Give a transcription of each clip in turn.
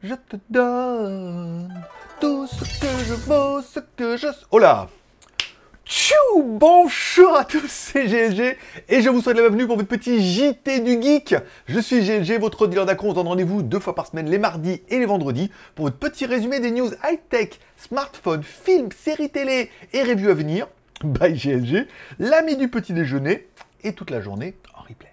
Je te donne tout ce que je vaux, ce que je... Oh là! Tchou! Bonjour à tous, c'est GLG et je vous souhaite la bienvenue pour votre petit JT du Geek. Je suis GLG, votre dealer d'accro. On se donne rendez-vous 2 fois par semaine, les mardis et les vendredis, pour votre petit résumé des news high-tech, smartphones, films, séries télé et reviews à venir. By GLG, l'ami du petit déjeuner et toute la journée en replay.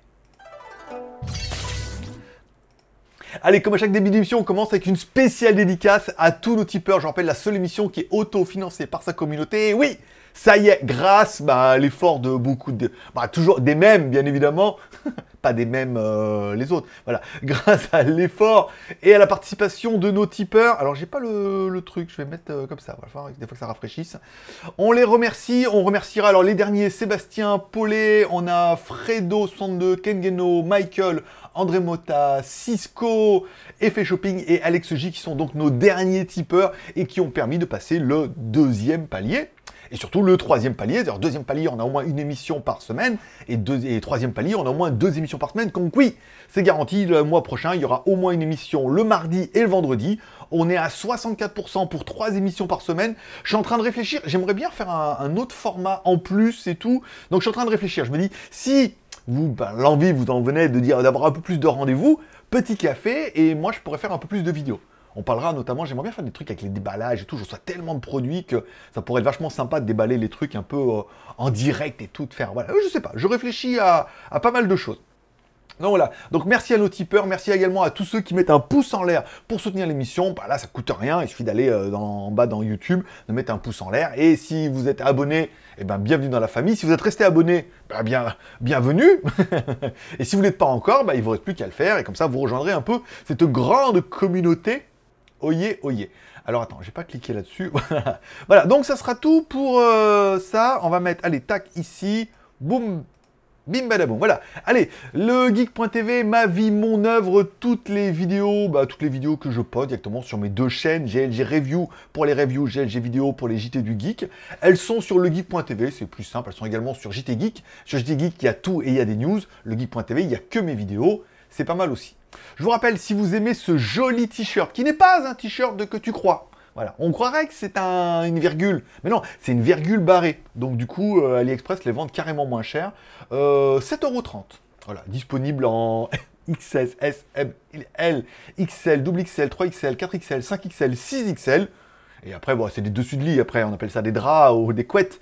Allez, comme à chaque début d'émission, on commence avec une spéciale dédicace à tous nos tipeurs. Je rappelle, la seule émission qui est auto-financée par sa communauté. Et oui, ça y est, grâce à l'effort de beaucoup de... toujours des mêmes, bien évidemment. Pas des mêmes les autres. Voilà, grâce à l'effort et à la participation de nos tipeurs. Alors, j'ai pas le truc, je vais mettre comme ça. Voilà, des fois que ça rafraîchisse. On les remercie. On remerciera alors les derniers, Sébastien, Paulet, on a Fredo62, Kengeno, Michael, André Mota, Cisco, Effet Shopping et Alex J qui sont donc nos derniers tipeurs et qui ont permis de passer le 2e palier. Et surtout le 3e palier, c'est-à-dire 2e palier, on a au moins une émission par semaine, et 3e palier, on a au moins 2 émissions par semaine. Donc oui, c'est garanti, le mois prochain, il y aura au moins une émission le mardi et le vendredi. On est à 64% pour 3 émissions par semaine. Je suis en train de réfléchir, j'aimerais bien faire un autre format en plus et tout. Donc je suis en train de réfléchir, je me dis, si l'envie vous en venait d'avoir un peu plus de rendez-vous, petit café, et moi je pourrais faire un peu plus de vidéos. On parlera notamment, j'aimerais bien faire des trucs avec les déballages et tout, je reçois tellement de produits que ça pourrait être vachement sympa de déballer les trucs un peu en direct et tout, de faire, voilà, je sais pas, je réfléchis à pas mal de choses. Donc voilà, donc merci à nos tipeurs, merci également à tous ceux qui mettent un pouce en l'air pour soutenir l'émission. Bah là, ça coûte rien, il suffit d'aller en bas dans YouTube, de mettre un pouce en l'air. Et si vous êtes abonné, eh ben, bienvenue dans la famille. Si vous êtes resté abonné, bah, bienvenue. Et si vous n'êtes pas encore, bah, il ne vous reste plus qu'à le faire. Et comme ça, vous rejoindrez un peu cette grande communauté. Oyez, oyez. Alors attends, j'ai pas cliqué là-dessus. Voilà, donc ça sera tout pour ça. On va mettre, allez, tac, ici, boum. Bim badaboum, voilà. Allez, le geek.tv, ma vie, mon œuvre, toutes les vidéos que je poste directement sur mes 2 chaînes, GLG Review pour les reviews, GLG Vidéo pour les JT du Geek. Elles sont sur le geek.tv, c'est plus simple, elles sont également sur JT Geek. Sur JT Geek, il y a tout et il y a des news. Le geek.tv, il n'y a que mes vidéos, c'est pas mal aussi. Je vous rappelle, si vous aimez ce joli t-shirt, qui n'est pas un t-shirt de que tu crois, voilà, on croirait que c'est une virgule, mais non, c'est une virgule barrée. Donc du coup, AliExpress les vend carrément moins cher. 7,30 €. Voilà, disponible en XS, S, M, L, XL, double XL, 3XL, 4XL, 5XL, 6XL. Et après, bon, c'est des dessus de lit, après, on appelle ça des draps ou des couettes.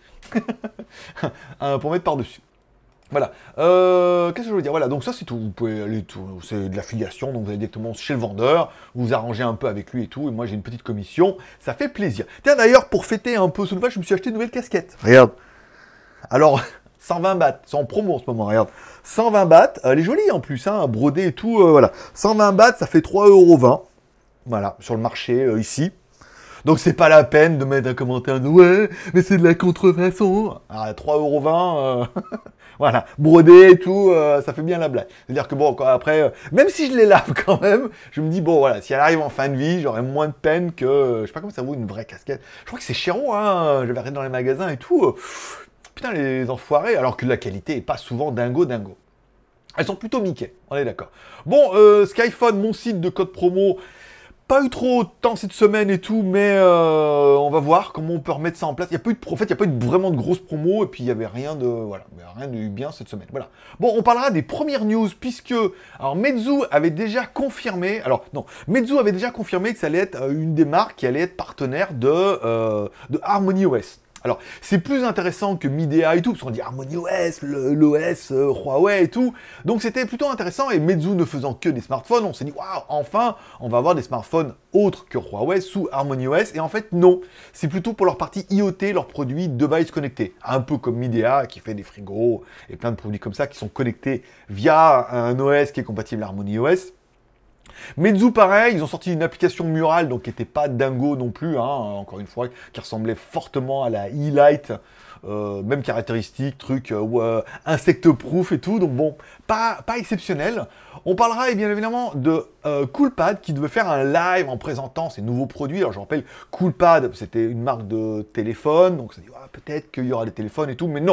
Pour mettre par-dessus. Voilà. Qu'est-ce que je veux dire? Voilà, donc ça c'est tout. Vous pouvez aller tout. C'est de l'affiliation, donc vous allez directement chez le vendeur, vous vous arrangez un peu avec lui et tout. Et moi j'ai une petite commission, ça fait plaisir. Tiens d'ailleurs, pour fêter un peu ce nouvel, je me suis acheté une nouvelle casquette. Regarde. Alors, 120 bahts, c'est en promo en ce moment, regarde. 120 bahts, elle est jolie en plus, hein, brodée et tout, voilà. 120 bahts, ça fait 3,20 €. Voilà, sur le marché ici. Donc c'est pas la peine de mettre un commentaire de ouais, mais c'est de la contrefaçon. Ah, 3,20 €, voilà, brodé et tout, ça fait bien la blague. C'est-à-dire que bon, après, même si je les lave quand même, je me dis bon voilà, si elle arrive en fin de vie, j'aurai moins de peine que, je sais pas comment ça vaut une vraie casquette. Je crois que c'est chéron, hein, je vais arrêter dans les magasins et tout. Putain les enfoirés, alors que la qualité est pas souvent dingo. Elles sont plutôt Mickey, on est d'accord. Bon, Skyphone, mon site de code promo. Pas eu trop de temps cette semaine et tout, mais on va voir comment on peut remettre ça en place. Il n'y a pas eu vraiment de grosses promos, et puis il n'y avait rien de bien cette semaine. Voilà. Bon, on parlera des premières news, puisque alors Meizu avait déjà confirmé, que ça allait être une des marques qui allait être partenaire de HarmonyOS. Alors, c'est plus intéressant que Midea et tout, parce qu'on dit HarmonyOS, l'OS, Huawei et tout. Donc, c'était plutôt intéressant. Et Meizu ne faisant que des smartphones, on s'est dit, waouh, enfin, on va avoir des smartphones autres que Huawei sous HarmonyOS. Et en fait, non. C'est plutôt pour leur partie IoT, leurs produits device connectés. Un peu comme Midea, qui fait des frigos et plein de produits comme ça, qui sont connectés via un OS qui est compatible à HarmonyOS. Meizu, pareil, ils ont sorti une application murale, donc qui n'était pas dingo non plus, hein, encore une fois, qui ressemblait fortement à la e-light, même caractéristique, truc insect-proof et tout, donc bon, pas exceptionnel. On parlera bien évidemment de Coolpad, qui devait faire un live en présentant ses nouveaux produits. Alors je rappelle, Coolpad, c'était une marque de téléphone, donc ça dit, peut-être qu'il y aura des téléphones et tout, mais non.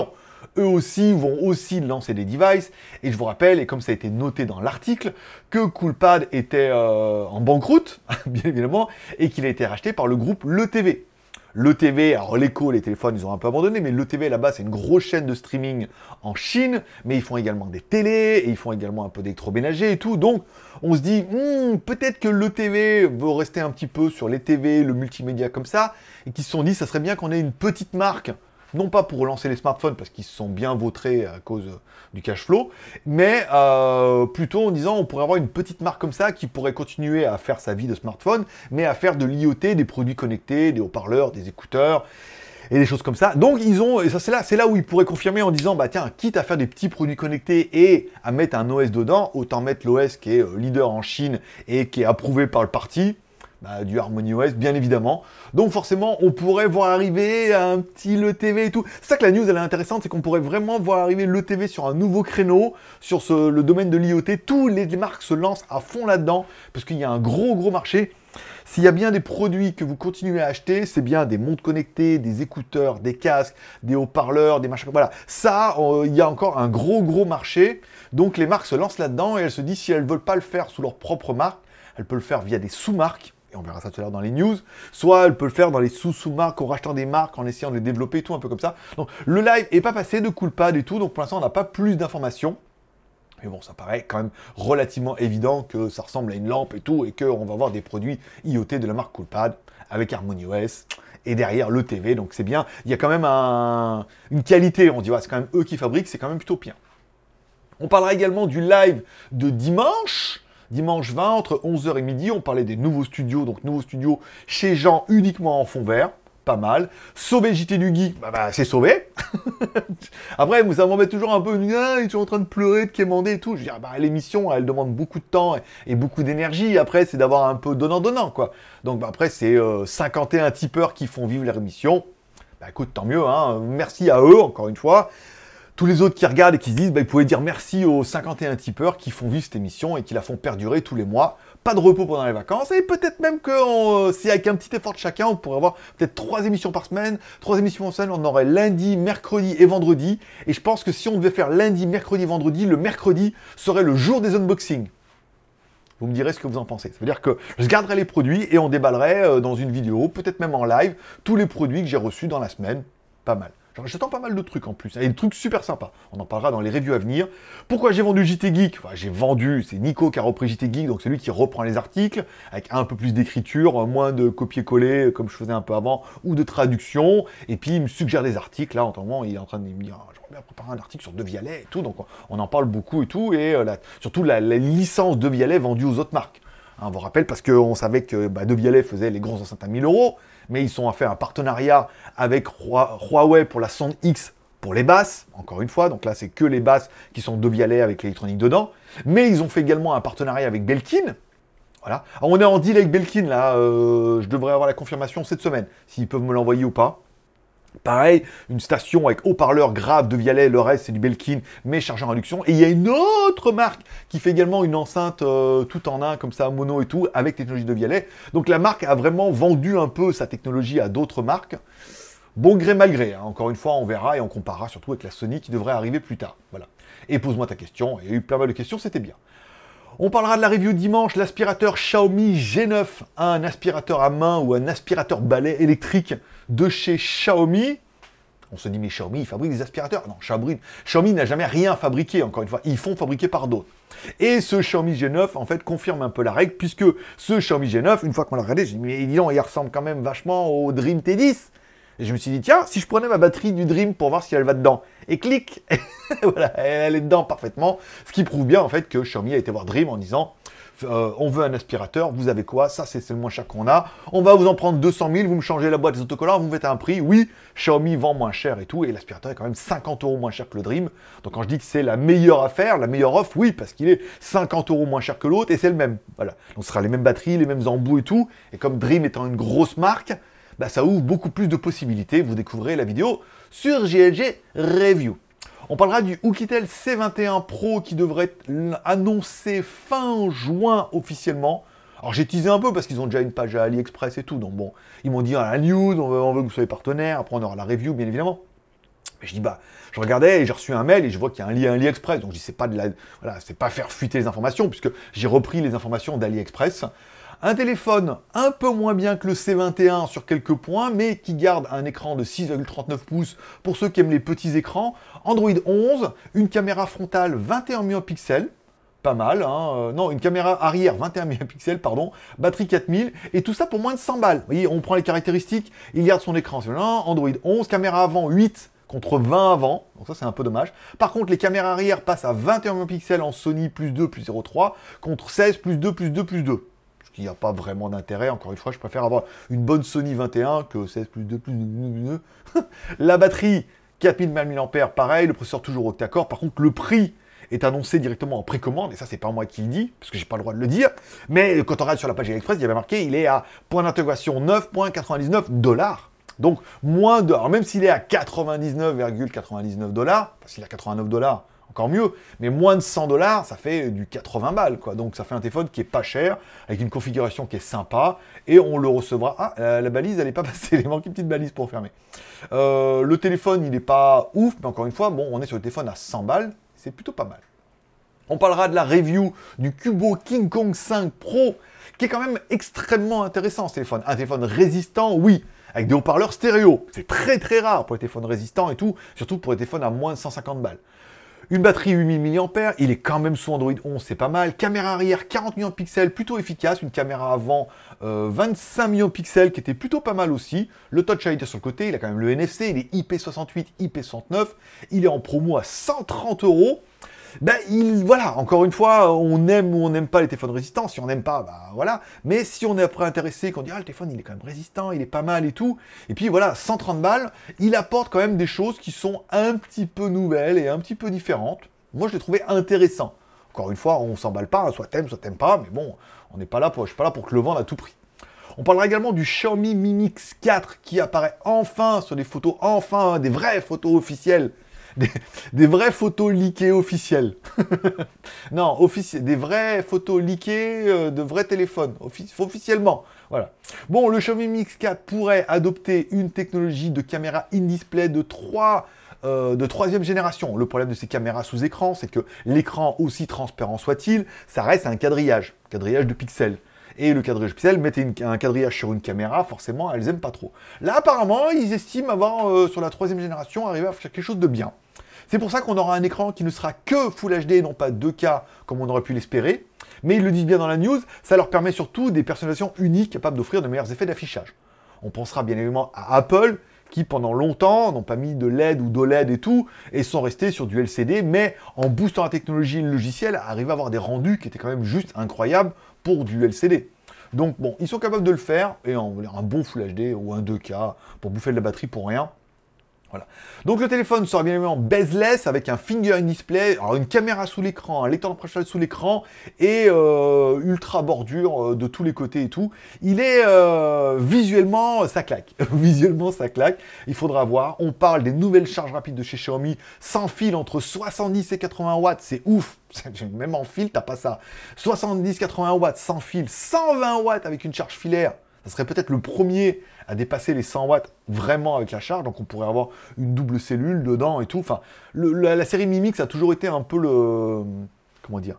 eux aussi vont aussi lancer des devices. Et je vous rappelle, et comme ça a été noté dans l'article, que Coolpad était en banqueroute, bien évidemment, et qu'il a été racheté par le groupe LeTV. LeTV, alors l'écho, les téléphones, ils ont un peu abandonné, mais LeTV là-bas, c'est une grosse chaîne de streaming en Chine, mais ils font également des télés, et ils font également un peu d'électroménager et tout. Donc, on se dit, peut-être que LeTV veut rester un petit peu sur les TV, le multimédia comme ça, et qu'ils se sont dit, ça serait bien qu'on ait une petite marque, non pas pour relancer les smartphones, parce qu'ils se sont bien vautrés à cause du cash flow, mais plutôt en disant on pourrait avoir une petite marque comme ça qui pourrait continuer à faire sa vie de smartphone, mais à faire de l'IoT, des produits connectés, des haut-parleurs, des écouteurs, et des choses comme ça. Donc ils ont, et ça c'est là où ils pourraient confirmer en disant, bah tiens, quitte à faire des petits produits connectés et à mettre un OS dedans, autant mettre l'OS qui est leader en Chine et qui est approuvé par le parti, du HarmonyOS, bien évidemment. Donc forcément, on pourrait voir arriver un petit LeTV et tout. C'est ça que la news, elle est intéressante, c'est qu'on pourrait vraiment voir arriver LeTV sur un nouveau créneau, sur le domaine de l'IoT. Tous les marques se lancent à fond là-dedans, parce qu'il y a un gros marché. S'il y a bien des produits que vous continuez à acheter, c'est bien des montres connectées, des écouteurs, des casques, des haut-parleurs, des machins. Voilà, ça, il y a encore un gros marché. Donc les marques se lancent là-dedans et elles se disent si elles ne veulent pas le faire sous leur propre marque, elles peuvent le faire via des sous-marques. Et on verra ça tout à l'heure dans les news, soit elle peut le faire dans les sous-marques, en rachetant des marques, en essayant de les développer et tout, un peu comme ça. Donc le live n'est pas passé de Coolpad et tout, donc pour l'instant on n'a pas plus d'informations. Mais bon, ça paraît quand même relativement évident que ça ressemble à une lampe et tout, et qu'on va avoir des produits IoT de la marque Coolpad, avec HarmonyOS, et derrière LeTV, donc c'est bien. Il y a quand même une qualité, on dit, ouais, c'est quand même eux qui fabriquent, c'est quand même plutôt bien. On parlera également du live de dimanche 20, entre 11h et midi, on parlait des nouveaux studios, donc nouveaux studios chez Jean uniquement en fond vert, pas mal. Sauver JT du Geek, c'est sauvé. Après, ça m'embête toujours un peu, ils sont en train de pleurer, de quémander et tout. Je veux dire, l'émission, elle demande beaucoup de temps et beaucoup d'énergie. Après, c'est d'avoir un peu donnant-donnant, quoi. Donc après, c'est 51 tipeurs qui font vivre leur émission. Écoute, tant mieux, hein. Merci à eux, encore une fois. Tous les autres qui regardent et qui se disent, ils pouvaient dire merci aux 51 tipeurs qui font vivre cette émission et qui la font perdurer tous les mois. Pas de repos pendant les vacances. Et peut-être même que si avec un petit effort de chacun, on pourrait avoir peut-être 3 émissions par semaine. 3 émissions par semaine, on aurait lundi, mercredi et vendredi. Et je pense que si on devait faire lundi, mercredi, vendredi, le mercredi serait le jour des unboxings. Vous me direz ce que vous en pensez. Ça veut dire que je garderai les produits et on déballerait dans une vidéo, peut-être même en live, tous les produits que j'ai reçus dans la semaine. Pas mal. J'attends pas mal de trucs en plus, et des trucs super sympas. On en parlera dans les reviews à venir. Pourquoi j'ai vendu JT Geek ? J'ai vendu, c'est Nico qui a repris JT Geek, donc c'est lui qui reprend les articles, avec un peu plus d'écriture, moins de copier-coller, comme je faisais un peu avant, ou de traduction, et puis il me suggère des articles, là, en ce moment, il est en train de me dire, j'aimerais bien préparer un article sur De Vialet et tout, donc on en parle beaucoup et tout, et surtout la licence De Vialet vendue aux autres marques. On vous rappelle, parce qu'on savait que De Vialet faisait les grosses enceintes à 1000 €, mais ils ont fait un partenariat avec Huawei pour la sonde X pour les basses, encore une fois, donc là c'est que les basses qui sont De Vialet avec l'électronique dedans, mais ils ont fait également un partenariat avec Belkin. Voilà. Alors, on est en deal avec Belkin là, je devrais avoir la confirmation cette semaine, s'ils peuvent me l'envoyer ou pas. Pareil, une station avec haut-parleur grave De Vialet, le reste c'est du Belkin, mais chargeur induction. Et il y a une autre marque qui fait également une enceinte tout en un, comme ça, mono et tout, avec technologie De Vialet. Donc la marque a vraiment vendu un peu sa technologie à d'autres marques. Bon gré mal gré, hein. Encore une fois, on verra et on comparera surtout avec la Sony qui devrait arriver plus tard. Voilà. Et pose-moi ta question, il y a eu pas mal de questions, c'était bien. On parlera de la review dimanche, l'aspirateur Xiaomi G9, un aspirateur à main ou un aspirateur balai électrique de chez Xiaomi. On se dit, mais Xiaomi, il fabrique des aspirateurs. Non, Xiaomi n'a jamais rien fabriqué, encore une fois. Ils font fabriquer par d'autres. Et ce Xiaomi G9, en fait, confirme un peu la règle, puisque ce Xiaomi G9, une fois qu'on l'a regardé, j'ai dit, mais dis donc, il ressemble quand même vachement au Dream T10. Et je me suis dit, tiens, si je prenais ma batterie du Dream pour voir si elle va dedans. Et clic, voilà, elle est dedans parfaitement. Ce qui prouve bien, en fait, que Xiaomi a été voir Dream en disant, on veut un aspirateur, vous avez quoi ? Ça, c'est le moins cher qu'on a. On va vous en prendre 200 000, vous me changez la boîte des autocollants, vous me faites un prix. Oui, Xiaomi vend moins cher et tout, et l'aspirateur est quand même 50 € moins cher que le Dream. Donc quand je dis que c'est la meilleure affaire, la meilleure offre, oui, parce qu'il est 50 € moins cher que l'autre, et c'est le même. Voilà. Donc ce sera les mêmes batteries, les mêmes embouts et tout. Et comme Dream étant une grosse marque, ça ouvre beaucoup plus de possibilités. Vous découvrez la vidéo sur GLG Review. On parlera du Oukitel C21 Pro qui devrait être annoncé fin juin officiellement. Alors j'ai teasé un peu parce qu'ils ont déjà une page à AliExpress et tout. Donc bon, ils m'ont dit la news, on veut que vous soyez partenaire. Après on aura la review bien évidemment. Et je dis, bah, je regardais et j'ai reçu un mail et je vois qu'il y a un lien AliExpress. Donc je dis, c'est pas de la, voilà, c'est pas faire fuiter les informations, puisque j'ai repris les informations d'AliExpress. Un téléphone un peu moins bien que le C21 sur quelques points, mais qui garde un écran de 6,39 pouces pour ceux qui aiment les petits écrans. Android 11, une caméra frontale 21 mégapixels, pas mal, hein. Non, une caméra arrière 21 mégapixels, pardon, batterie 4000, et tout ça pour moins de 100 balles. Vous voyez, on prend les caractéristiques, il garde son écran, c'est Android 11, caméra avant 8 contre 20 avant, donc ça c'est un peu dommage. Par contre, les caméras arrière passent à 21 mégapixels en Sony plus 2 plus 0,3 contre 16 plus 2 plus 2 plus 2. Il n'y a pas vraiment d'intérêt. Encore une fois, je préfère avoir une bonne Sony 21 que 16 plus 2 plus 2. La batterie, 4000 mAh, pareil. Le processeur toujours octa-core. Par contre, le prix est annoncé directement en précommande. Et ça, c'est pas moi qui le dis, parce que j'ai pas le droit de le dire. Mais quand on regarde sur la page AliExpress, il y avait marqué, il est à point d'intégration 9,99 $. Donc, moins de... Alors, même s'il est à 99,99 $, parce qu'il est à 89 $, encore mieux, mais moins de 100 $, ça fait du 80 balles, quoi. Donc ça fait un téléphone qui est pas cher, avec une configuration qui est sympa, et on le recevra... Ah, la balise, elle n'est pas passée, il manque une petite balise pour fermer. Le téléphone, il n'est pas ouf, mais encore une fois, bon, on est sur le téléphone à 100 balles, c'est plutôt pas mal. On parlera de la review du Cubo King Kong 5 Pro, qui est quand même extrêmement intéressant, ce téléphone. Un téléphone résistant, oui, avec des haut-parleurs stéréo. C'est très très rare pour les téléphones résistants et tout, surtout pour les téléphones à moins de 150 balles. Une batterie 8000 mAh, il est quand même sous Android 11, c'est pas mal. Caméra arrière 40 millions de pixels, plutôt efficace. Une caméra avant 25 millions de pixels, qui était plutôt pas mal aussi. Le Touch ID sur le côté, il a quand même le NFC, il est IP68, IP69. Il est en promo à 130 €. Ben, voilà, encore une fois, on aime ou on n'aime pas les téléphones résistants. Si on n'aime pas, bah voilà. Mais si on est après intéressé, qu'on dit, ah, le téléphone, il est quand même résistant, il est pas mal et tout. Et puis voilà, 130 balles, il apporte quand même des choses qui sont un petit peu nouvelles et un petit peu différentes. Moi, je l'ai trouvé intéressant. Encore une fois, on s'emballe pas, hein, soit t'aimes pas, mais bon, on n'est pas là pour, je suis pas là pour te le vendre à tout prix. On parlera également du Xiaomi Mi Mix 4 qui apparaît enfin sur des photos, enfin, des vraies photos officielles. Des vraies photos leakées officielles. Non, des vraies photos leakées de vrais téléphones, officiellement. Voilà. Bon, le Xiaomi Mi Mix 4 pourrait adopter une technologie de caméra in-display de troisième génération. Le problème de ces caméras sous écran, c'est que l'écran, aussi transparent soit-il, ça reste un quadrillage de pixels. Et le quadrillage pixel, mettez un quadrillage sur une caméra, forcément, elles aiment pas trop. Là, apparemment, ils estiment avoir, sur la troisième génération, arrivé à faire quelque chose de bien. C'est pour ça qu'on aura un écran qui ne sera que Full HD, et non pas 2K, comme on aurait pu l'espérer. Mais ils le disent bien dans la news, ça leur permet surtout des personnalisations uniques capables d'offrir de meilleurs effets d'affichage. On pensera bien évidemment à Apple, qui pendant longtemps n'ont pas mis de LED ou d'OLED et tout, et sont restés sur du LCD, mais en boostant la technologie et le logiciel, arrivent à avoir des rendus qui étaient quand même juste incroyables pour du LCD. Donc bon, ils sont capables de le faire, et un bon Full HD ou un 2K, pour bouffer de la batterie pour rien. Voilà. Donc le téléphone sera bien évidemment bezel-less avec un finger in display, alors une caméra sous l'écran, un lecteur d'empreinte sous l'écran et ultra bordure de tous les côtés et tout. Il est visuellement, ça claque. Visuellement, ça claque. Il faudra voir. On parle des nouvelles charges rapides de chez Xiaomi, sans fil entre 70 et 80 watts, c'est ouf. Même en fil, t'as pas ça. 70-80 watts sans fil, 120 watts avec une charge filaire. Ça serait peut-être le premier à dépasser les 100 watts vraiment avec la charge, donc on pourrait avoir une double cellule dedans et tout. Enfin, la série Mi Mix a toujours été un peu comment dire,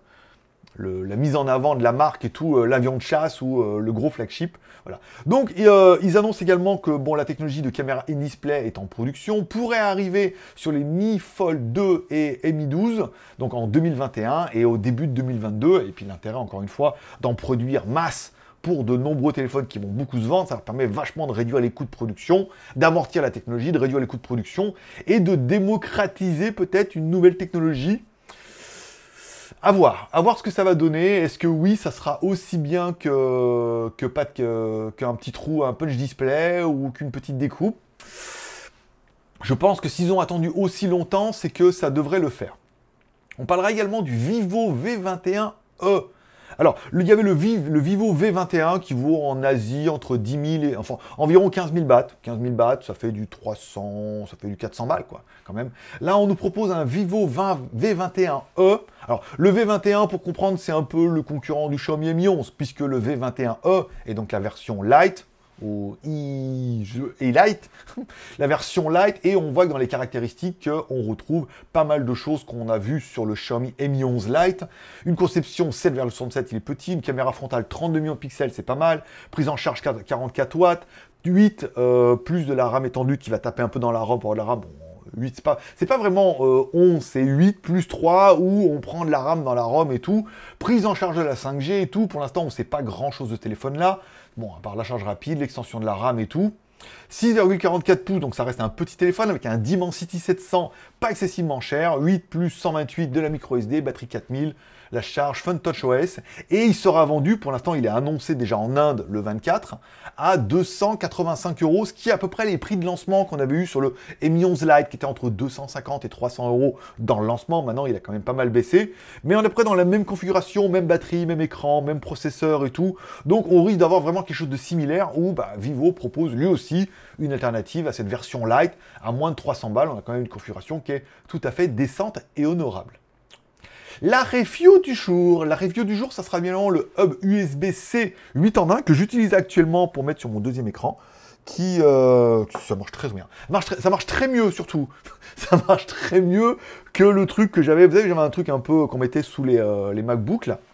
la mise en avant de la marque et tout, l'avion de chasse ou le gros flagship. Voilà. Donc, ils annoncent également que bon, la technologie de caméra in-display est en production, pourrait arriver sur les Mi Fold 2 et Mi 12, donc en 2021 et au début de 2022. Et puis l'intérêt, encore une fois, d'en produire masse pour de nombreux téléphones qui vont beaucoup se vendre, ça leur permet vachement de réduire les coûts de production, d'amortir la technologie, de réduire les coûts de production et de démocratiser peut-être une nouvelle technologie. À voir ce que ça va donner. Est-ce que oui, ça sera aussi bien qu'un petit trou, un punch display ou qu'une petite découpe? Je pense que s'ils ont attendu aussi longtemps, c'est que ça devrait le faire. On parlera également du Vivo V21e. Alors, il y avait le Vivo V21 qui vaut en Asie entre 10 000 et... Enfin, environ 15 000 bahts. 15 000 bahts, ça fait du 300... Ça fait du 400 balles, quoi, quand même. Là, on nous propose un Vivo V21e. Alors, le V21, pour comprendre, c'est un peu le concurrent du Xiaomi Mi 11, puisque le V21e est donc la version Lite. au Lite, la version Lite, et on voit que dans les caractéristiques, on retrouve pas mal de choses qu'on a vues sur le Xiaomi Mi 11 Lite. Une conception 7,67, il est petit, une caméra frontale 32 millions de pixels, c'est pas mal, prise en charge 44 watts, 8 plus de la RAM étendue qui va taper un peu dans la RAM, pour la RAM, bon, 8, c'est pas vraiment 11, c'est 8 plus 3 où on prend de la RAM dans la ROM et tout. Prise en charge de la 5G et tout. Pour l'instant, on sait pas grand chose de ce téléphone-là. Bon, à part la charge rapide, l'extension de la RAM et tout. 6,44 pouces, donc ça reste un petit téléphone avec un Dimensity 700, pas excessivement cher. 8 plus 128 de la micro SD, batterie 4000, la charge Fun Touch OS. Et il sera vendu, pour l'instant il est annoncé déjà en Inde le 24, à 285 €, ce qui est à peu près les prix de lancement qu'on avait eu sur le Mi 11 Lite, qui était entre 250 et 300 € dans le lancement. Maintenant il a quand même pas mal baissé. Mais on est près dans la même configuration, même batterie, même écran, même processeur et tout. Donc on risque d'avoir vraiment quelque chose de similaire où Vivo propose lui aussi une alternative à cette version Lite à moins de 300 balles. On a quand même une configuration qui est tout à fait décente et honorable. La review du jour. La review du jour, ça sera bien évidemment le hub USB-C 8 en 1 que j'utilise actuellement pour mettre sur mon deuxième écran. Ça marche très bien. Ça marche très mieux surtout. Ça marche très mieux que le truc que j'avais. Vous savez, j'avais un truc un peu qu'on mettait sous les MacBooks là.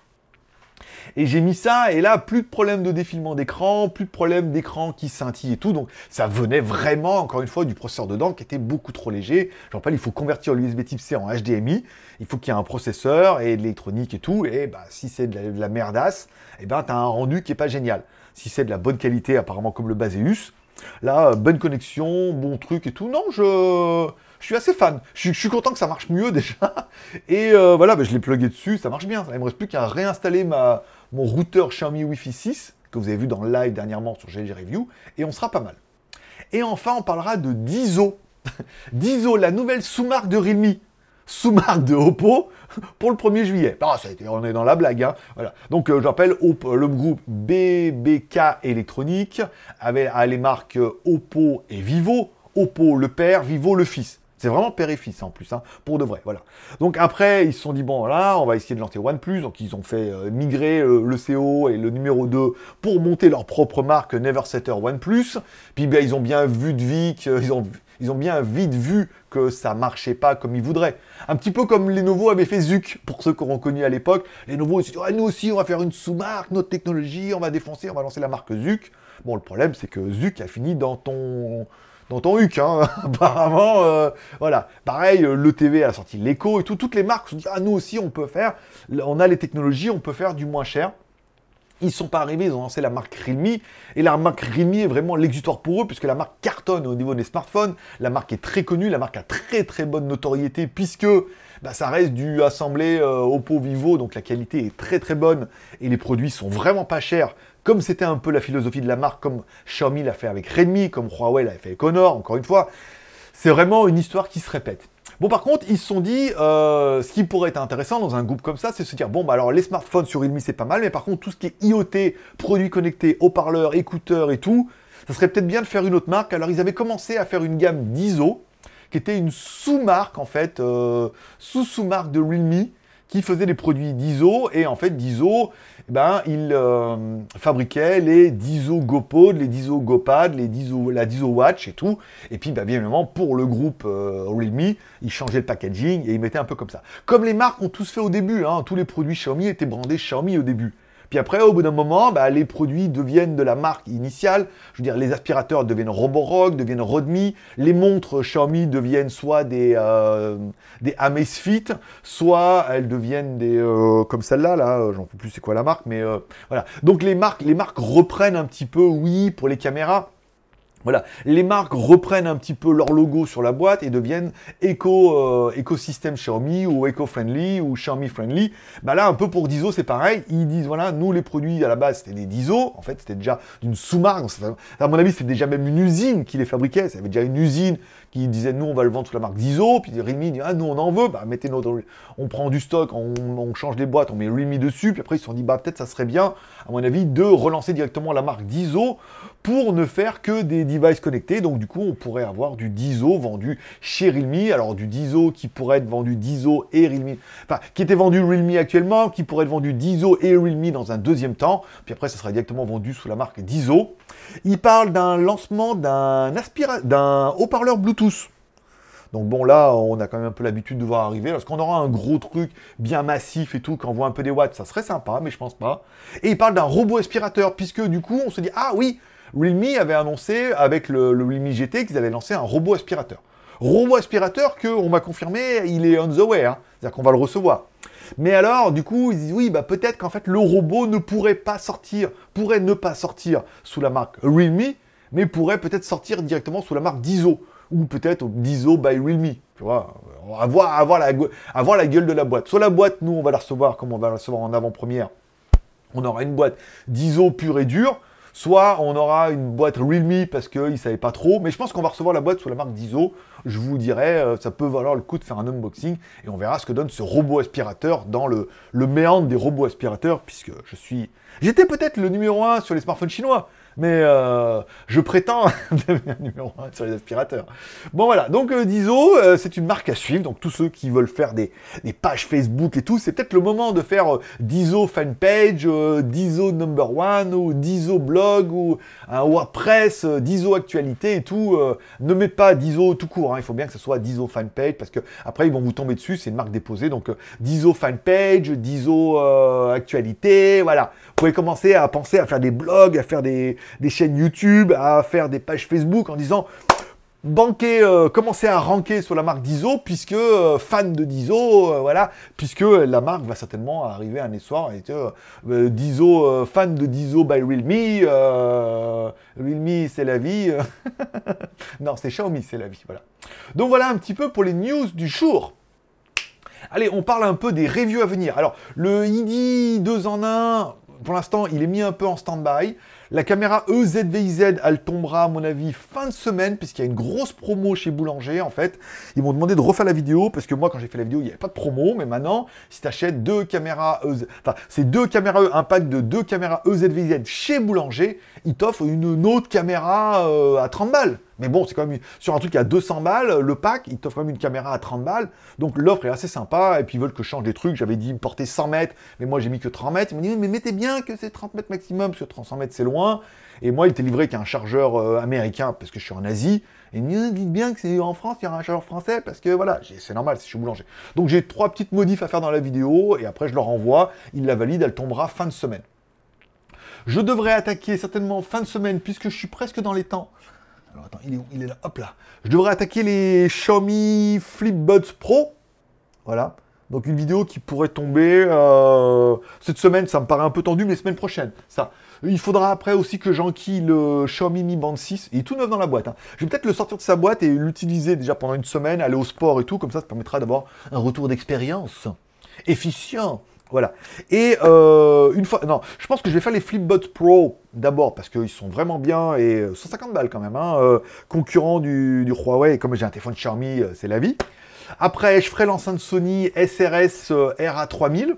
Et j'ai mis ça, et là, plus de problème de défilement d'écran, plus de problème d'écran qui scintille et tout. Donc, ça venait vraiment, encore une fois, du processeur dedans qui était beaucoup trop léger. Je rappelle, il faut convertir l'USB type C en HDMI. Il faut qu'il y ait un processeur et de l'électronique et tout. Et si c'est de la merdasse, t'as un rendu qui est pas génial. Si c'est de la bonne qualité, apparemment comme le Baseus, là, bonne connexion, bon truc et tout. Non, je suis assez fan. Je suis content que ça marche mieux déjà. Et voilà, je l'ai plugué dessus, ça marche bien. Il ne me reste plus qu'à réinstaller mon routeur Xiaomi Wi-Fi 6, que vous avez vu dans le live dernièrement sur GLG Review, et on sera pas mal. Et enfin, on parlera de Dizo. Dizo, la nouvelle sous-marque de Realme, sous-marque de Oppo, pour le 1er juillet. On est dans la blague, hein. Voilà. Donc, je rappelle, le groupe BBK Électronique avait les marques Oppo et Vivo. Oppo le père, Vivo le fils. C'est vraiment père et fils en plus, hein, pour de vrai, voilà. Donc après, ils se sont dit, bon voilà, on va essayer de lancer OnePlus. Donc ils ont fait migrer le CO et le numéro 2 pour monter leur propre marque Neversetter OnePlus. Puis ils ont bien vu ils ont bien vite vu que ça marchait pas comme ils voudraient. Un petit peu comme Lenovo avait fait Zuc, pour ceux qui auront connu à l'époque. Lenovo, ils se sont dit, nous aussi, on va faire une sous-marque, notre technologie, on va défoncer, on va lancer la marque Zuc. Bon, le problème, c'est que Zuc a fini dans ton HUC, hein. Apparemment, voilà. Pareil, l'ETV a sorti l'Echo et tout. Toutes les marques se sont dit, nous aussi, on peut faire, on a les technologies, on peut faire du moins cher. Ils ne sont pas arrivés, ils ont lancé la marque Realme, et la marque Realme est vraiment l'exutoire pour eux, puisque la marque cartonne au niveau des smartphones, la marque est très connue, la marque a très très bonne notoriété, puisque ça reste du assemblé Oppo Vivo, donc la qualité est très très bonne, et les produits sont vraiment pas chers, comme c'était un peu la philosophie de la marque, comme Xiaomi l'a fait avec Redmi, comme Huawei l'a fait avec Honor, encore une fois. C'est vraiment une histoire qui se répète. Bon, par contre, ils se sont dit, ce qui pourrait être intéressant dans un groupe comme ça, c'est de se dire, alors les smartphones sur Realme, c'est pas mal, mais par contre, tout ce qui est IoT, produits connectés, haut-parleurs, écouteurs et tout, ça serait peut-être bien de faire une autre marque. Alors, ils avaient commencé à faire une gamme d'ISO, qui était une sous-marque, en fait, sous-marque de Realme, qui faisait des produits d'ISO, et en fait, d'ISO, il fabriquait les Dizo GoPod, les Dizo GoPad, la Dizo Watch et tout. Et puis, bien évidemment, pour le groupe Realme, ils changeaient le packaging et ils mettaient un peu comme ça. Comme les marques ont tous fait au début, hein, tous les produits Xiaomi étaient brandés Xiaomi au début. Puis après, au bout d'un moment, les produits deviennent de la marque initiale. Je veux dire, les aspirateurs deviennent Roborock, deviennent Rodme. Les montres Xiaomi deviennent soit des Amazfit, soit elles deviennent des comme celle-là, j'en peux plus c'est quoi la marque, mais voilà. Donc les marques reprennent un petit peu, oui, pour les caméras. Voilà, les marques reprennent un petit peu leur logo sur la boîte et deviennent écosystème Xiaomi ou eco-friendly ou Xiaomi-friendly. Là, un peu pour Dizo, c'est pareil. Ils disent, voilà, nous, les produits, à la base, c'était des Dizo. En fait, c'était déjà d'une sous-marque. À mon avis, c'était déjà même une usine qui les fabriquait. Ça avait déjà une usine qui disait, nous, on va le vendre sous la marque Dizo. Puis Realme dit, nous, on en veut. Mettez on prend du stock, on change les boîtes, on met Realme dessus. Puis après, ils se sont dit, peut-être ça serait bien, à mon avis, de relancer directement la marque Dizo pour ne faire que des devices connectés. Donc du coup, on pourrait avoir du Dizo vendu chez Realme. Alors du Dizo qui pourrait être vendu Dizo et Realme, enfin qui était vendu Realme actuellement, qui pourrait être vendu Dizo et Realme dans un deuxième temps. Puis après, ça sera directement vendu sous la marque Dizo. Il parle d'un lancement d'un haut-parleur Bluetooth. Donc bon, là, on a quand même un peu l'habitude de voir arriver. Lorsqu'on aura un gros truc bien massif et tout, qu'on voit un peu des watts, ça serait sympa, mais je pense pas. Et il parle d'un robot aspirateur, puisque du coup, on se dit, ah oui, Realme avait annoncé, avec le Realme GT, qu'ils allaient lancer un robot aspirateur. Robot aspirateur que, on m'a confirmé, il est on the way, hein. C'est-à-dire qu'on va le recevoir. Mais alors, du coup, ils disent, oui, bah peut-être qu'en fait, le robot ne pourrait pas sortir, pourrait ne pas sortir sous la marque Realme, mais pourrait peut-être sortir directement sous la marque Dizo. Ou peut-être Dizo by Realme. Tu vois, on va avoir la gueule de la boîte. Soit la boîte, nous, on va la recevoir comme on va la recevoir en avant-première. On aura une boîte Dizo pure et dure. Soit on aura une boîte Realme parce qu'ils ne savaient pas trop. Mais je pense qu'on va recevoir la boîte sous la marque Dizo. Je vous dirai, ça peut valoir le coup de faire un unboxing. Et on verra ce que donne ce robot aspirateur dans le méandre des robots aspirateurs. Puisque j'étais peut-être le numéro 1 sur les smartphones chinois. Mais je prétends devenir numéro 1 sur les aspirateurs. Bon voilà, donc Dizo, c'est une marque à suivre. Donc tous ceux qui veulent faire des pages Facebook et tout, c'est peut-être le moment de faire Dizo fanpage, Dizo number one, ou Dizo blog, ou un WordPress, Dizo actualité et tout. Ne mettez pas Dizo tout court, hein. Il faut bien que ce soit Dizo fanpage, parce que après ils vont vous tomber dessus, c'est une marque déposée. Donc Dizo fanpage, Dizo actualité, voilà. Vous pouvez commencer à penser à faire des blogs, à faire des chaînes YouTube, à faire des pages Facebook en disant commencer à ranker sur la marque Dizo, puisque fan de Dizo, voilà, puisque la marque va certainement arriver un soir et Dizo, fan de Dizo by Realme, Realme c'est la vie, non c'est Xiaomi c'est la vie, voilà. Donc voilà un petit peu pour les news du jour. Allez, on parle un peu des reviews à venir. Alors, le ID 2 en 1, pour l'instant, il est mis un peu en stand-by. La caméra EZVIZ, elle tombera, à mon avis, fin de semaine, puisqu'il y a une grosse promo chez Boulanger, en fait. Ils m'ont demandé de refaire la vidéo, parce que moi, quand j'ai fait la vidéo, il n'y avait pas de promo, mais maintenant, si tu achètes un pack de 2 caméras EZVIZ chez Boulanger, ils t'offrent une autre caméra à 30 balles. Mais bon, c'est quand même sur un truc à 200 balles, le pack, ils t'offrent quand même une caméra à 30 balles. Donc l'offre est assez sympa, et puis ils veulent que je change des trucs. J'avais dit porter 100 mètres, mais moi j'ai mis que 30 mètres. Ils m'ont dit, mais mettez bien que c'est 30 mètres maximum, parce que 300 mètres c'est loin. Et moi, il était livré qu'un chargeur américain, parce que je suis en Asie. Et ils me disent bien que c'est en France, il y aura un chargeur français, parce que voilà, c'est normal, c'est chez Boulanger. Donc j'ai 3 petites modifs à faire dans la vidéo, et après je leur envoie, ils la valident, elle tombera fin de semaine. Je devrais attaquer certainement fin de semaine, puisque je suis presque dans les temps. Alors attends, il est là, hop là. Je devrais attaquer les Xiaomi FlipBuds Pro. Voilà. Donc une vidéo qui pourrait tomber cette semaine, ça me paraît un peu tendu, mais semaine prochaine. Ça. Il faudra après aussi que j'enquille le Xiaomi Mi Band 6. Il est tout neuf dans la boîte, hein. Je vais peut-être le sortir de sa boîte et l'utiliser déjà pendant une semaine, aller au sport et tout. Comme ça permettra d'avoir un retour d'expérience efficient. Voilà. Et une fois... Non, je pense que je vais faire les FlipBuds Pro d'abord, parce qu'ils sont vraiment bien, et 150 balles quand même, hein, concurrent du Huawei, et comme j'ai un téléphone Xiaomi, c'est la vie. Après, je ferai l'enceinte Sony SRS RA3000.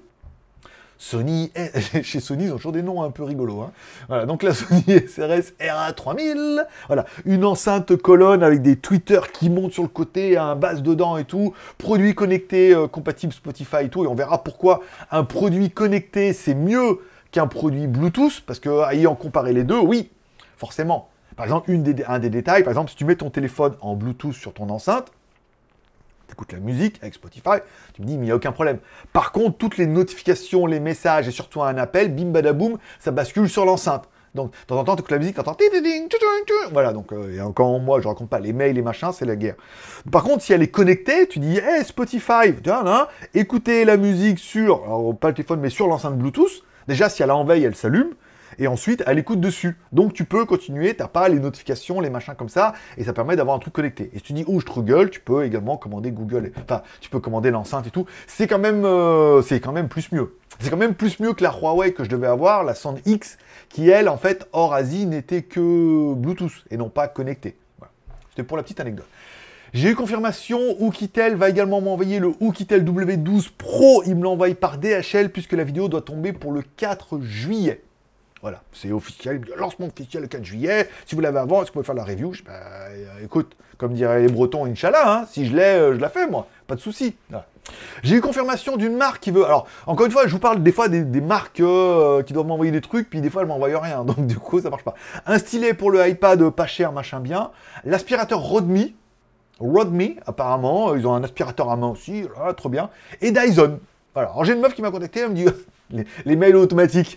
Chez Sony, ils ont toujours des noms un peu rigolos, hein. Voilà, donc la Sony SRS RA3000, voilà, une enceinte colonne avec des tweeters qui montent sur le côté, un basse dedans et tout, produit connecté compatible Spotify et tout, et on verra pourquoi un produit connecté c'est mieux qu'un produit Bluetooth, parce que ayant comparé les deux, oui, forcément. Par exemple, un des détails, par exemple, si tu mets ton téléphone en Bluetooth sur ton enceinte, écoute la musique avec Spotify, tu me dis, mais il n'y a aucun problème. Par contre, toutes les notifications, les messages et surtout un appel, bim badaboum, ça bascule sur l'enceinte. Donc, de temps en temps, tu écoutes la musique, tu entends... Voilà, donc, et encore moi, je raconte pas, les mails, les machins, c'est la guerre. Par contre, si elle est connectée, tu dis, hey, Spotify, écoutez la musique sur, alors, pas le téléphone, mais sur l'enceinte Bluetooth. Déjà, si elle est en veille, elle s'allume. Et ensuite, elle écoute dessus. Donc, tu peux continuer, t'as pas les notifications, les machins comme ça, et ça permet d'avoir un truc connecté. Et si tu dis, oh, je te gueule, tu peux également commander Google, enfin, tu peux commander l'enceinte et tout. C'est quand même plus mieux. C'est quand même plus mieux que la Huawei que je devais avoir, la Sound X, qui, elle, en fait, hors Asie, n'était que Bluetooth, et non pas connectée. Voilà. C'était pour la petite anecdote. J'ai eu confirmation, Oukitel va également m'envoyer le Oukitel W12 Pro, il me l'envoie par DHL, puisque la vidéo doit tomber pour le 4 juillet. Voilà, c'est officiel, lancement officiel le 4 juillet. Si vous l'avez avant, est-ce que vous pouvez faire la review? Écoute, comme diraient les Bretons, Inch'Allah, hein, si je l'ai, je la fais, moi. Pas de souci. Voilà. J'ai eu confirmation d'une marque qui veut... Alors, encore une fois, je vous parle des fois des marques qui doivent m'envoyer des trucs, puis des fois, elles m'envoient rien. Donc, du coup, ça marche pas. Un stylet pour le iPad pas cher, machin bien. L'aspirateur Rodme, apparemment. Ils ont un aspirateur à main aussi. Là, trop bien. Et Dyson. Voilà. Alors, j'ai une meuf qui m'a contacté, elle me dit... les mails automatiques.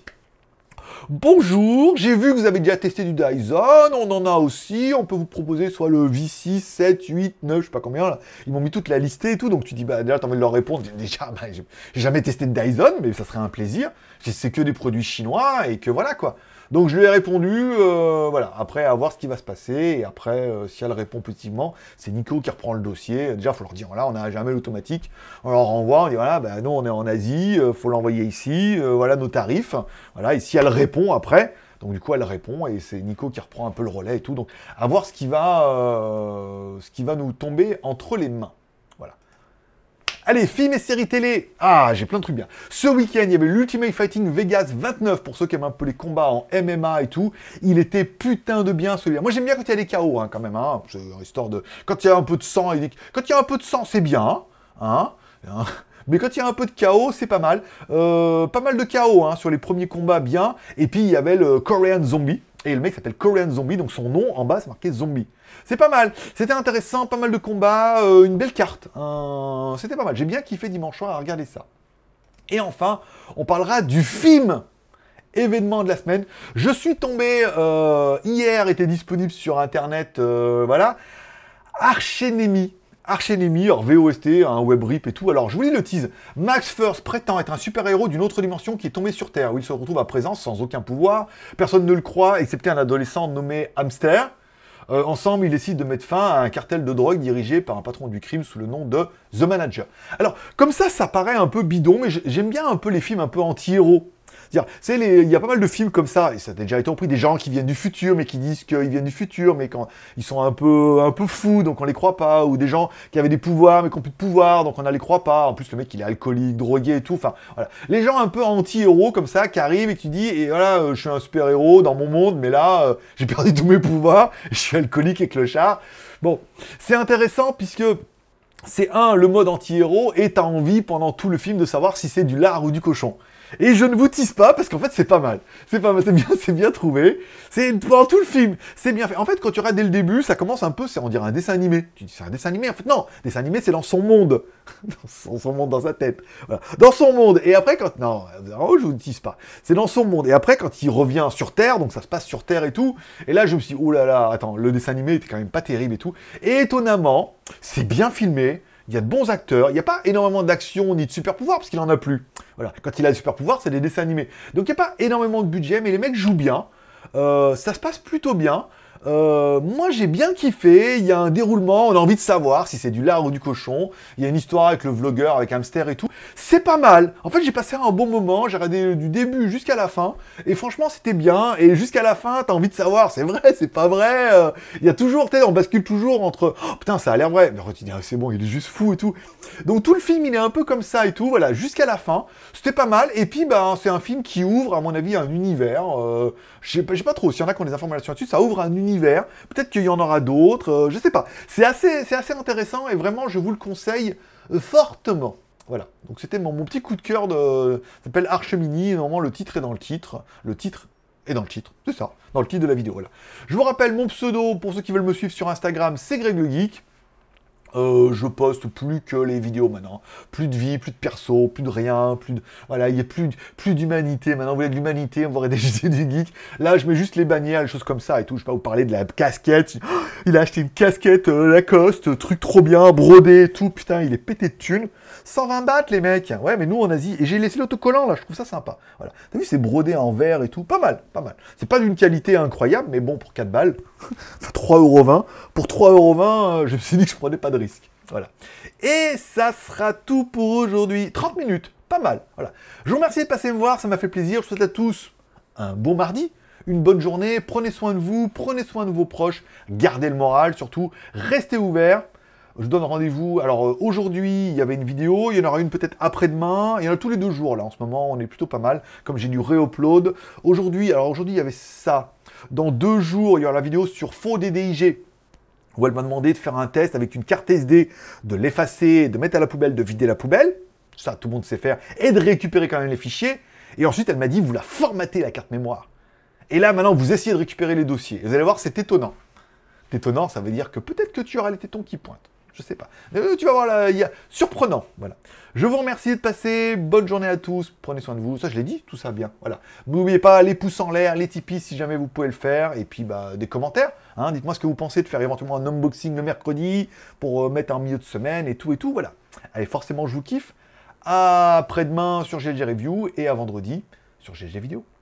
Bonjour, j'ai vu que vous avez déjà testé du Dyson, on en a aussi, on peut vous proposer soit le V6, 7, 8, 9, je sais pas combien, là. Ils m'ont mis toute la listée et tout, donc tu dis, bah déjà, t'as envie de leur répondre, déjà, bah, j'ai jamais testé de Dyson, mais ça serait un plaisir, c'est que des produits chinois, et que voilà, quoi. Donc je lui ai répondu, voilà, après à voir ce qui va se passer, et après, si elle répond positivement, c'est Nico qui reprend le dossier. Déjà, il faut leur dire, voilà, on n'a jamais l'automatique, on leur renvoie, on dit, voilà, bah, nous, on est en Asie, faut l'envoyer ici, voilà nos tarifs, voilà, et si elle répond après, donc du coup, elle répond, et c'est Nico qui reprend un peu le relais et tout, donc à voir ce qui va nous tomber entre les mains. Allez, films et séries télé. Ah, j'ai plein de trucs bien. Ce week-end, il y avait l'Ultimate Fighting Vegas 29, pour ceux qui aiment un peu les combats en MMA et tout. Il était putain de bien, celui-là. Moi, j'aime bien quand il y a des KO, hein, quand même. Hein. C'est histoire de... Quand il y a un peu de sang, quand il y a un peu de sang, c'est bien. Hein. Mais quand il y a un peu de KO, c'est pas mal. Pas mal de KO hein, sur les premiers combats, bien. Et puis, il y avait le Korean Zombie. Et le mec s'appelle Korean Zombie, donc son nom, en bas, c'est marqué Zombie. C'est pas mal. C'était intéressant, pas mal de combats, une belle carte. C'était pas mal. J'ai bien kiffé dimanche soir à regarder ça. Et enfin, on parlera du film événement de la semaine. Je suis tombé, hier, était disponible sur Internet, voilà, Arch Enemy, alors VOST, un web rip et tout. Alors, je vous lis le tease. Max First prétend être un super-héros d'une autre dimension qui est tombé sur Terre, où il se retrouve à présent sans aucun pouvoir. Personne ne le croit, excepté un adolescent nommé Hamster. Ensemble, ils décident de mettre fin à un cartel de drogue dirigé par un patron du crime sous le nom de The Manager. Alors, comme ça paraît un peu bidon, mais j'aime bien un peu les films un peu anti-héros. C'est-à-dire, il y a pas mal de films comme ça, et ça a déjà été repris, des gens qui viennent du futur, mais qui disent qu'ils viennent du futur, mais quand ils sont un peu fous, donc on les croit pas, ou des gens qui avaient des pouvoirs, mais qui n'ont plus de pouvoir, donc on ne les croit pas. En plus, le mec, il est alcoolique, drogué et tout, enfin, voilà. Les gens un peu anti-héros, comme ça, qui arrivent et qui disent, et voilà, je suis un super-héros dans mon monde, mais là, j'ai perdu tous mes pouvoirs, je suis alcoolique et clochard. Bon, c'est intéressant, puisque... c'est le mode anti-héros, et t'as envie, pendant tout le film, de savoir si c'est du lard ou du cochon. Et je ne vous tease pas, parce qu'en fait, c'est pas mal. C'est bien trouvé. C'est pendant tout le film, c'est bien fait. En fait, quand tu regardes dès le début, ça commence un peu, on dirait un dessin animé. Tu dis, c'est un dessin animé. En fait, non. Dessin animé, c'est dans son monde. Dans son monde, dans sa tête. Voilà. Dans son monde. Et après, non, je vous tease pas. C'est dans son monde. Et après, quand il revient sur Terre, donc ça se passe sur Terre et tout. Et là, je me suis dit, oh là là, attends, le dessin animé était quand même pas terrible et tout. Et étonnamment, c'est bien filmé. Il y a de bons acteurs, il n'y a pas énormément d'action ni de super pouvoirs, parce qu'il n'en a plus. Voilà, quand il a le super pouvoir, c'est des dessins animés. Donc il n'y a pas énormément de budget, mais les mecs jouent bien. Ça se passe plutôt bien. Moi j'ai bien kiffé, il y a un déroulement, on a envie de savoir si c'est du lard ou du cochon, il y a une histoire avec le vlogueur, avec Hamster et tout, c'est pas mal, en fait j'ai passé un bon moment, j'ai regardé du début jusqu'à la fin, et franchement c'était bien, et jusqu'à la fin t'as envie de savoir, c'est vrai, c'est pas vrai, il y a toujours, on bascule toujours entre, oh putain ça a l'air vrai, mais tu dis c'est bon, il est juste fou et tout, donc tout le film il est un peu comme ça et tout, voilà, jusqu'à la fin, c'était pas mal, et puis c'est un film qui ouvre à mon avis un univers, je sais pas trop, s'il y en a qui ont des informations là-dessus, ça ouvre un univers. Peut-être qu'il y en aura d'autres, je sais pas. C'est assez intéressant et vraiment, je vous le conseille fortement. Voilà. Donc c'était mon petit coup de cœur ça s'appelle Arch Mini. Normalement, le titre est dans le titre. Le titre est dans le titre. C'est ça. Dans le titre de la vidéo. Voilà. Je vous rappelle mon pseudo pour ceux qui veulent me suivre sur Instagram, c'est Greg le Geek. Je poste plus que les vidéos maintenant. Plus de vie, plus de perso, plus de rien, voilà, il y a plus d'humanité. Maintenant, vous voulez de l'humanité, on va des JT du geek. Là, je mets juste les bannières, les choses comme ça et tout. Je vais pas vous parler de la casquette. Il a acheté une casquette Lacoste, truc trop bien, brodé et tout. Putain, il est pété de thunes. 120 bahts, les mecs. Ouais, mais nous, en Asie. Et j'ai laissé l'autocollant, là. Je trouve ça sympa. Voilà. T'as vu, c'est brodé en verre et tout. Pas mal, pas mal. C'est pas d'une qualité incroyable, mais bon, pour 4 balles. 3,20 €. Pour 3,20 €, je me suis dit que je prenais pas de risque. Voilà. Et ça sera tout pour aujourd'hui. 30 minutes. Pas mal. Voilà. Je vous remercie de passer me voir. Ça m'a fait plaisir. Je vous souhaite à tous un bon mardi. Une bonne journée. Prenez soin de vous. Prenez soin de vos proches. Gardez le moral, surtout. Restez ouverts. Je vous donne rendez-vous. Alors aujourd'hui, il y avait une vidéo, il y en aura une peut-être après-demain. Il y en a tous les 2 jours là. En ce moment, on est plutôt pas mal. Comme j'ai dû réupload. Aujourd'hui, il y avait ça. Dans 2 jours, il y aura la vidéo sur faux DDIG. Où elle m'a demandé de faire un test avec une carte SD, de l'effacer, de mettre à la poubelle, de vider la poubelle. Ça, tout le monde sait faire. Et de récupérer quand même les fichiers. Et ensuite, elle m'a dit, vous la formatez la carte mémoire. Et là, maintenant, vous essayez de récupérer les dossiers. Vous allez voir, c'est étonnant. Étonnant, ça veut dire que peut-être que tu auras les tétons qui pointent. Je sais pas. Tu vas voir, là, il y a surprenant. Voilà. Je vous remercie de passer. Bonne journée à tous. Prenez soin de vous. Ça, je l'ai dit, tout ça bien. Voilà. N'oubliez pas les pouces en l'air, les Tipeee si jamais vous pouvez le faire. Et puis, des commentaires. Hein. Dites-moi ce que vous pensez de faire éventuellement un unboxing le mercredi pour mettre en milieu de semaine et tout. Voilà. Allez, forcément, je vous kiffe. À après-demain sur GLG Review et à vendredi sur GLG Vidéo.